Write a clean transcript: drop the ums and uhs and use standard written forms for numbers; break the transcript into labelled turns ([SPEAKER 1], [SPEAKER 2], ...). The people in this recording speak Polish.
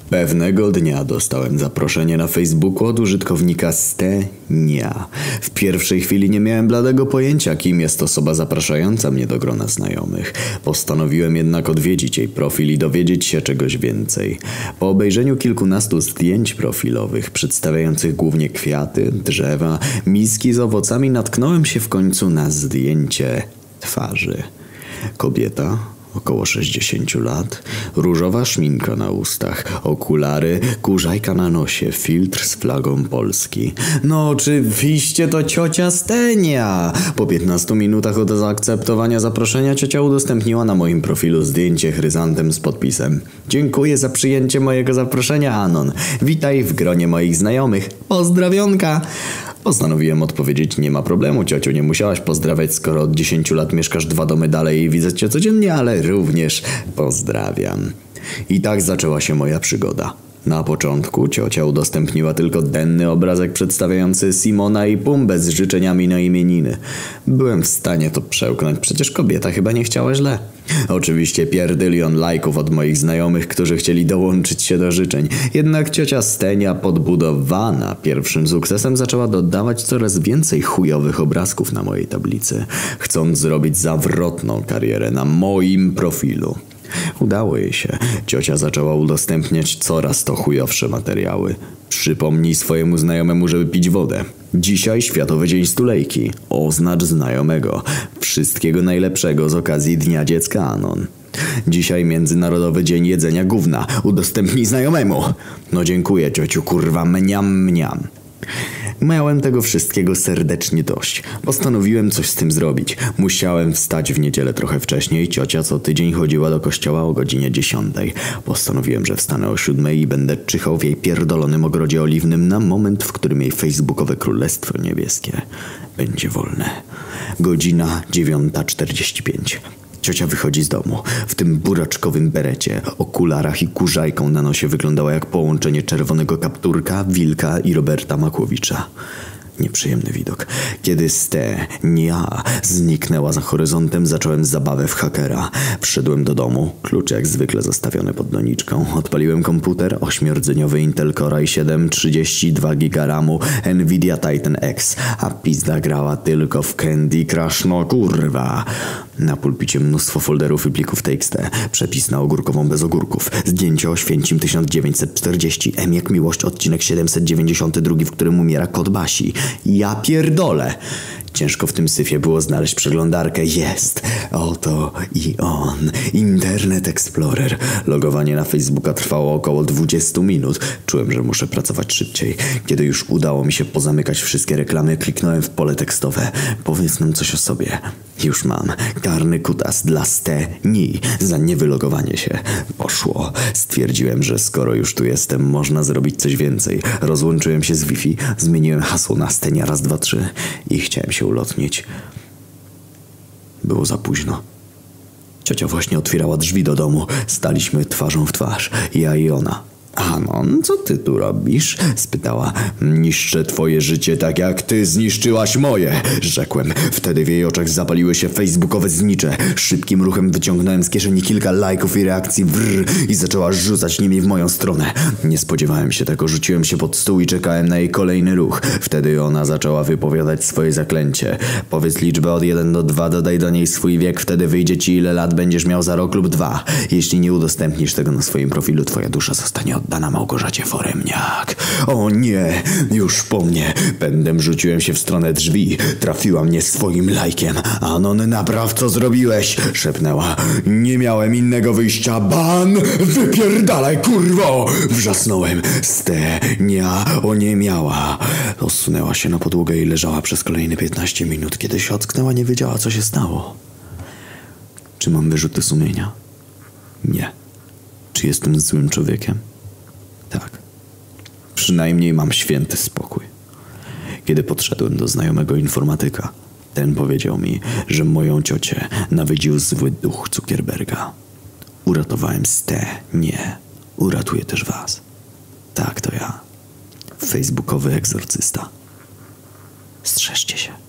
[SPEAKER 1] Pewnego dnia dostałem zaproszenie na Facebooku od użytkownika Stenia. W pierwszej chwili nie miałem bladego pojęcia, kim jest osoba zapraszająca mnie do grona znajomych. Postanowiłem jednak odwiedzić jej profil i dowiedzieć się czegoś więcej. Po obejrzeniu kilkunastu zdjęć profilowych, przedstawiających głównie kwiaty, drzewa, miski z owocami, natknąłem się w końcu na zdjęcie twarzy. Kobieta, około 60 lat, różowa szminka na ustach, okulary, kurzajka na nosie, filtr z flagą Polski. No oczywiście to ciocia Stenia! Po 15 minutach od zaakceptowania zaproszenia ciocia udostępniła na moim profilu zdjęcie chryzantem z podpisem: dziękuję za przyjęcie mojego zaproszenia, Anon. Witaj w gronie moich znajomych. Pozdrowionka! Postanowiłem odpowiedzieć: nie ma problemu, ciociu, nie musiałaś pozdrawiać, skoro od 10 lat mieszkasz 2 domy dalej i widzę cię codziennie, ale również pozdrawiam. I tak zaczęła się moja przygoda. Na początku ciocia udostępniła tylko denny obrazek przedstawiający Simona i Pumbę z życzeniami na imieniny. Byłem w stanie to przełknąć, przecież kobieta chyba nie chciała źle. Oczywiście pierdylion lajków od moich znajomych, którzy chcieli dołączyć się do życzeń. Jednak ciocia Stenia, podbudowana pierwszym sukcesem, zaczęła dodawać coraz więcej chujowych obrazków na mojej tablicy, chcąc zrobić zawrotną karierę na moim profilu. Udało jej się. Ciocia zaczęła udostępniać coraz to chujowsze materiały. Przypomnij swojemu znajomemu, żeby pić wodę. Dzisiaj Światowy Dzień Stulejki. Oznacz znajomego. Wszystkiego najlepszego z okazji Dnia Dziecka, Anon. Dzisiaj Międzynarodowy Dzień Jedzenia Gówna. Udostępnij znajomemu. No dziękuję, ciociu, kurwa, mniam, mniam. Miałem tego wszystkiego serdecznie dość. Postanowiłem coś z tym zrobić. Musiałem wstać w niedzielę trochę wcześniej. Ciocia co tydzień chodziła do kościoła o godzinie 10. Postanowiłem, że wstanę o 7 i będę czyhał w jej pierdolonym ogrodzie oliwnym na moment, w którym jej facebookowe królestwo niebieskie będzie wolne. Godzina 9:45. Ciocia wychodzi z domu. W tym buraczkowym berecie, okularach i kurzajką na nosie wyglądała jak połączenie czerwonego kapturka, wilka i Roberta Makłowicza. Nieprzyjemny widok. Kiedy Stenia zniknęła za horyzontem, zacząłem zabawę w hakera. Wszedłem do domu, klucze jak zwykle zostawione pod doniczką. Odpaliłem komputer, 8-rdzeniowy Intel Core i7, 32 GB RAMu, Nvidia Titan X, a pizda grała tylko w Candy Crush, no kurwa. Na pulpicie mnóstwo folderów i plików TXT, przepis na ogórkową bez ogórków, zdjęcie Oświęcim 1940, M jak miłość, odcinek 792, w którym umiera kot Basi. Ja pierdolę! Ciężko w tym syfie było znaleźć przeglądarkę. Jest! Oto i on. Internet Explorer. Logowanie na Facebooka trwało około 20 minut. Czułem, że muszę pracować szybciej. Kiedy już udało mi się pozamykać wszystkie reklamy, kliknąłem w pole tekstowe. Powiedz nam coś o sobie. Już mam. Karny kutas dla Steni za niewylogowanie się. Poszło. Stwierdziłem, że skoro już tu jestem, można zrobić coś więcej. Rozłączyłem się z Wi-Fi, zmieniłem hasło na Stenia raz, dwa, trzy i chciałem się ulotnić. Było za późno. Ciocia właśnie otwierała drzwi do domu. Staliśmy twarzą w twarz. Ja i ona. Anon, co ty tu robisz? Spytała. Niszczę twoje życie tak jak ty zniszczyłaś moje, rzekłem. Wtedy w jej oczach zapaliły się facebookowe znicze. Szybkim ruchem wyciągnąłem z kieszeni kilka lajków i reakcji i zaczęła rzucać nimi w moją stronę. Nie spodziewałem się tego, rzuciłem się pod stół i czekałem na jej kolejny ruch. Wtedy ona zaczęła wypowiadać swoje zaklęcie. Powiedz liczbę od 1 do 2, dodaj do niej swój wiek, wtedy wyjdzie ci, ile lat będziesz miał za rok lub 2. Jeśli nie udostępnisz tego na swoim profilu, twoja dusza zostanie oddana Małgorzacie Foremniak. O nie, już po mnie. Pędem rzuciłem się w stronę drzwi. Trafiła mnie swoim lajkiem. Anon, napraw co zrobiłeś, szepnęła. Nie miałem innego wyjścia. Ban! Wypierdalaj, kurwo! Wrzasnąłem. Stenia oniemiała. Osunęła się na podłogę i leżała przez kolejne 15 minut. Kiedy się ocknęła, nie wiedziała, co się stało. Czy mam wyrzuty sumienia? Nie. Czy jestem złym człowiekiem? Tak. Przynajmniej mam święty spokój. Kiedy podszedłem do znajomego informatyka, ten powiedział mi, że moją ciocię nawiedził zły duch Zuckerberga. Uratowałem Stenię. Uratuję też was. Tak, to ja. Facebookowy egzorcysta. Strzeżcie się.